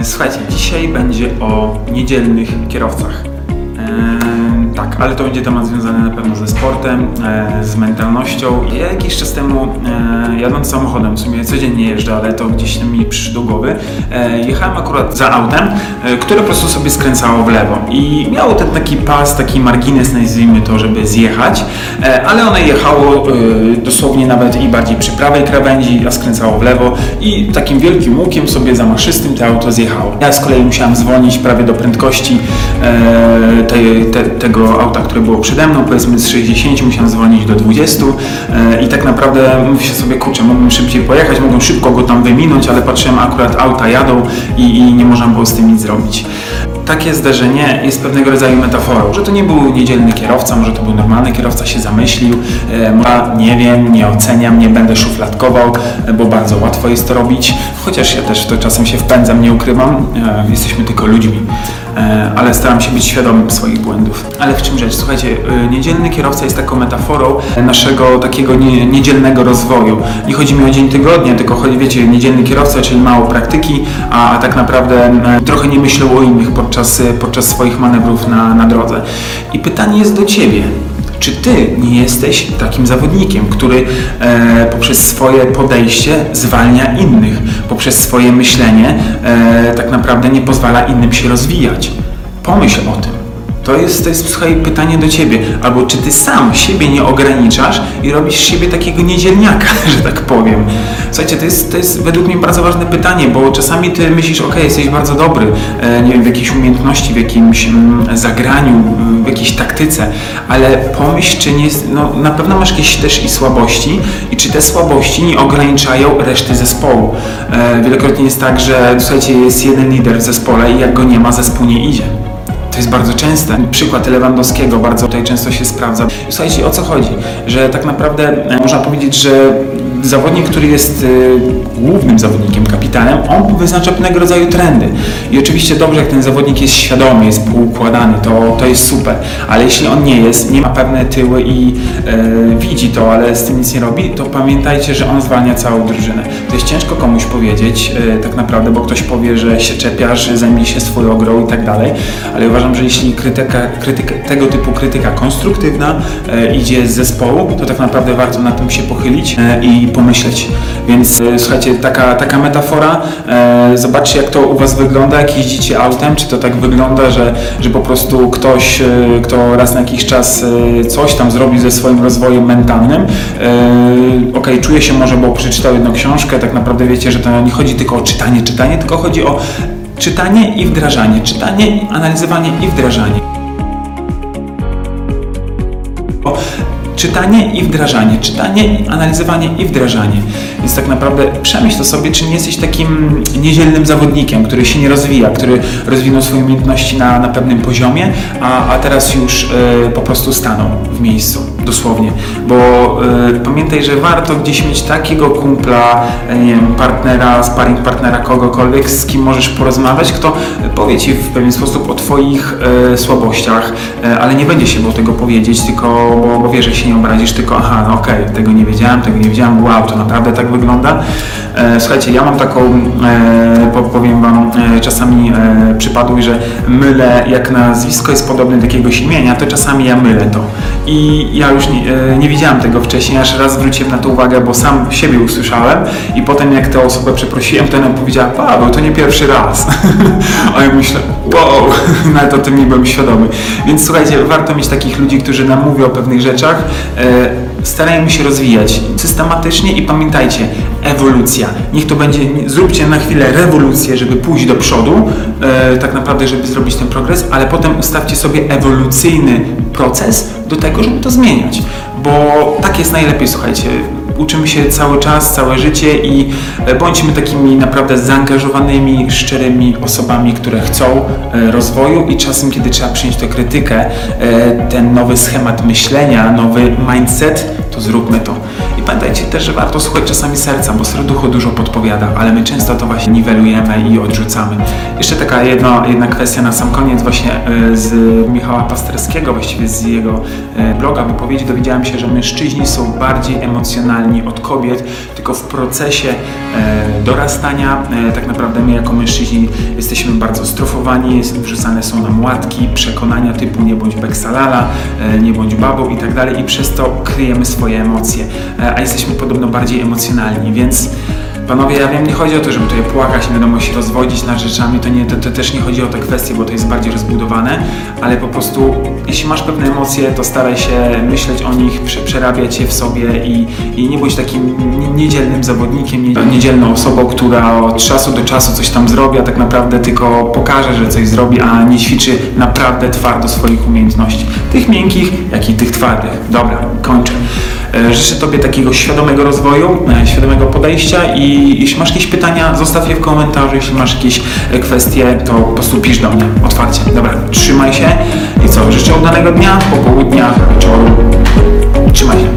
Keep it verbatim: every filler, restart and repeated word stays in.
Słuchajcie, dzisiaj będzie o niedzielnych kierowcach. Eee, tak, ale to będzie temat związany na pewno ze sportem, e, z mentalnością. Ja jakiś czas temu e, jadąc samochodem, w sumie codziennie jeżdżę, ale to gdzieś mi przyszło do głowy, e, jechałem akurat za autem, e, które po prostu sobie skręcało w lewo i miało ten taki pas, taki margines, nazwijmy to, żeby zjechać, e, ale ono jechało e, dosłownie nawet i bardziej przy prawej krawędzi, a skręcało w lewo i takim wielkim łukiem sobie zamaszystym to auto zjechało. Ja z kolei musiałem zwolnić prawie do prędkości e, tej, te, tego auta, które było przede mną, powiedzmy z sześćdziesięciu musiałem zwolnić do dwudziestu e, i tak naprawdę mówię się sobie, kurczę, mógłbym szybciej pojechać, mogłem szybko go tam wyminąć, ale patrzyłem, akurat auta jadą i, i nie można było z tym nic zrobić. Takie zdarzenie jest pewnego rodzaju metaforą, że to nie był niedzielny kierowca, może to był normalny kierowca, się zamyślił, e, nie wiem, nie oceniam, nie będę szufladkował, e, bo bardzo łatwo jest to robić, chociaż ja też w to czasem się wpędzam, nie ukrywam, e, jesteśmy tylko ludźmi, e, ale staram się być świadomym swoich błędów. Ale w czym rzecz? Słuchajcie, e, niedzielny kierowca jest taką metaforą naszego takiego nie, niedzielnego rozwoju. Nie chodzi mi o dzień tygodnia, tylko chodzi, wiecie, niedzielny kierowca, czyli mało praktyki, a, a tak naprawdę e, trochę nie myślał o innych podczas, podczas swoich manewrów na, na drodze. I pytanie jest do Ciebie. Czy Ty nie jesteś takim zawodnikiem, który e, poprzez swoje podejście zwalnia innych, poprzez swoje myślenie e, tak naprawdę nie pozwala innym się rozwijać? Pomyśl o tym. To jest, to jest, słuchaj, pytanie do Ciebie. Albo czy Ty sam siebie nie ograniczasz i robisz z siebie takiego niedzielniaka, że tak powiem. Słuchajcie, to jest, to jest według mnie bardzo ważne pytanie, bo czasami Ty myślisz, ok, jesteś bardzo dobry, e, nie wiem, w jakiejś umiejętności, w jakimś mm, zagraniu, w jakiejś taktyce, ale pomyśl, czy nie jest, no na pewno masz jakieś też i słabości i czy te słabości nie ograniczają reszty zespołu. E, wielokrotnie jest tak, że słuchajcie, jest jeden lider w zespole i jak go nie ma, zespół nie idzie. To jest bardzo częste. Przykład Lewandowskiego bardzo tutaj często się sprawdza. Słuchajcie, o co chodzi? Że tak naprawdę e, można powiedzieć, że zawodnik, który jest e, głównym zawodnikiem, kapitanem, on wyznacza pewnego rodzaju trendy. I oczywiście dobrze, jak ten zawodnik jest świadomy, jest poukładany, to, to jest super. Ale jeśli on nie jest, nie ma pewne tyły i e, widzi to, ale z tym nic nie robi, to pamiętajcie, że on zwalnia całą drużynę. To jest ciężko komuś powiedzieć e, tak naprawdę, bo ktoś powie, że się czepiasz, zajmij się swoją grą i tak dalej. Ale uważam, że jeśli krytyka, krytyka, tego typu krytyka konstruktywna e, idzie z zespołu, to tak naprawdę warto na tym się pochylić e, i pomyśleć. Więc e, słuchajcie, taka, taka metafora, e, zobaczcie, jak to u Was wygląda, jak jeździcie autem, czy to tak wygląda, że, że po prostu ktoś, e, kto raz na jakiś czas e, coś tam zrobi ze swoim rozwojem mentalnym, e, ok, czuje się może, bo przeczytał jedną książkę, tak naprawdę wiecie, że to nie chodzi tylko o czytanie, czytanie, tylko chodzi o czytanie i wdrażanie, czytanie, analizowanie i wdrażanie. Czytanie i wdrażanie, czytanie, analizowanie i wdrażanie. Więc tak naprawdę przemyśl to sobie, czy nie jesteś takim niedzielnym zawodnikiem, który się nie rozwija, który rozwinął swoje umiejętności na, na pewnym poziomie, a, a teraz już y, po prostu stanął w miejscu, dosłownie. Bo y, pamiętaj, że warto gdzieś mieć takiego kumpla, nie wiem, partnera, sparring partnera, kogokolwiek, z kim możesz porozmawiać, kto powie Ci w pewien sposób o Twoich y, słabościach, y, ale nie będzie się było tego powiedzieć, tylko bo, bo wie, że się nie obrazisz, tylko aha, no okej, okay, tego nie wiedziałem, tego nie wiedziałem, wow, to naprawdę tak wygląda. E, słuchajcie, ja mam taką, e, powiem Wam, e, czasami e, przypadłość, że mylę, jak nazwisko jest podobne do jakiegoś imienia, to czasami ja mylę to. I ja już nie, e, nie widziałem tego wcześniej, aż raz zwróciłem na to uwagę, bo sam siebie usłyszałem i potem jak tę osobę przeprosiłem, to ona powiedziała, Paweł, to nie pierwszy raz. A ja myślę, wow, nawet o tym nie byłem świadomy. Więc słuchajcie, warto mieć takich ludzi, którzy nam mówią o pewnych rzeczach, starajmy się rozwijać systematycznie i pamiętajcie, ewolucja. Niech to będzie, zróbcie na chwilę rewolucję, żeby pójść do przodu, tak naprawdę, żeby zrobić ten progres, ale potem ustawcie sobie ewolucyjny proces do tego, żeby to zmieniać, bo tak jest najlepiej, słuchajcie. Uczymy się cały czas, całe życie i bądźmy takimi naprawdę zaangażowanymi, szczerymi osobami, które chcą rozwoju i czasem, kiedy trzeba przyjąć tę krytykę, ten nowy schemat myślenia, nowy mindset, to zróbmy to. I pamiętajcie też, że warto słuchać czasami serca, bo serducho dużo podpowiada, ale my często to właśnie niwelujemy i odrzucamy. Jeszcze taka jedna, jedna kwestia na sam koniec właśnie z Michała Pasterskiego, właściwie z jego bloga, wypowiedzi dowiedziałem się, że mężczyźni są bardziej emocjonalni od kobiet, tylko w procesie dorastania tak naprawdę my jako mężczyźni jesteśmy bardzo strofowani, wrzucane są nam łatki, przekonania typu nie bądź beksalala, nie bądź babą i tak dalej i przez to kryjemy swoje emocje, a jesteśmy podobno bardziej emocjonalni, więc panowie, ja wiem, nie chodzi o to, żeby tutaj płakać, nie wiadomo, się rozwodzić nad rzeczami, to, nie, to, to też nie chodzi o te kwestie, bo to jest bardziej rozbudowane, ale po prostu, jeśli masz pewne emocje, to staraj się myśleć o nich, prze, przerabiać je w sobie i, i nie bądź takim niedzielnym zawodnikiem, nie, niedzielną osobą, która od czasu do czasu coś tam zrobi, a tak naprawdę tylko pokaże, że coś zrobi, a nie ćwiczy naprawdę twardo swoich umiejętności. Tych miękkich, jak i tych twardych. Dobra, kończę. Życzę Tobie takiego świadomego rozwoju, świadomego podejścia i jeśli masz jakieś pytania, zostaw je w komentarzu, jeśli masz jakieś kwestie, to po prostu pisz do mnie otwarcie. Dobra, trzymaj się i co, życzę udanego dnia, popołudnia, wieczoru. Trzymaj się.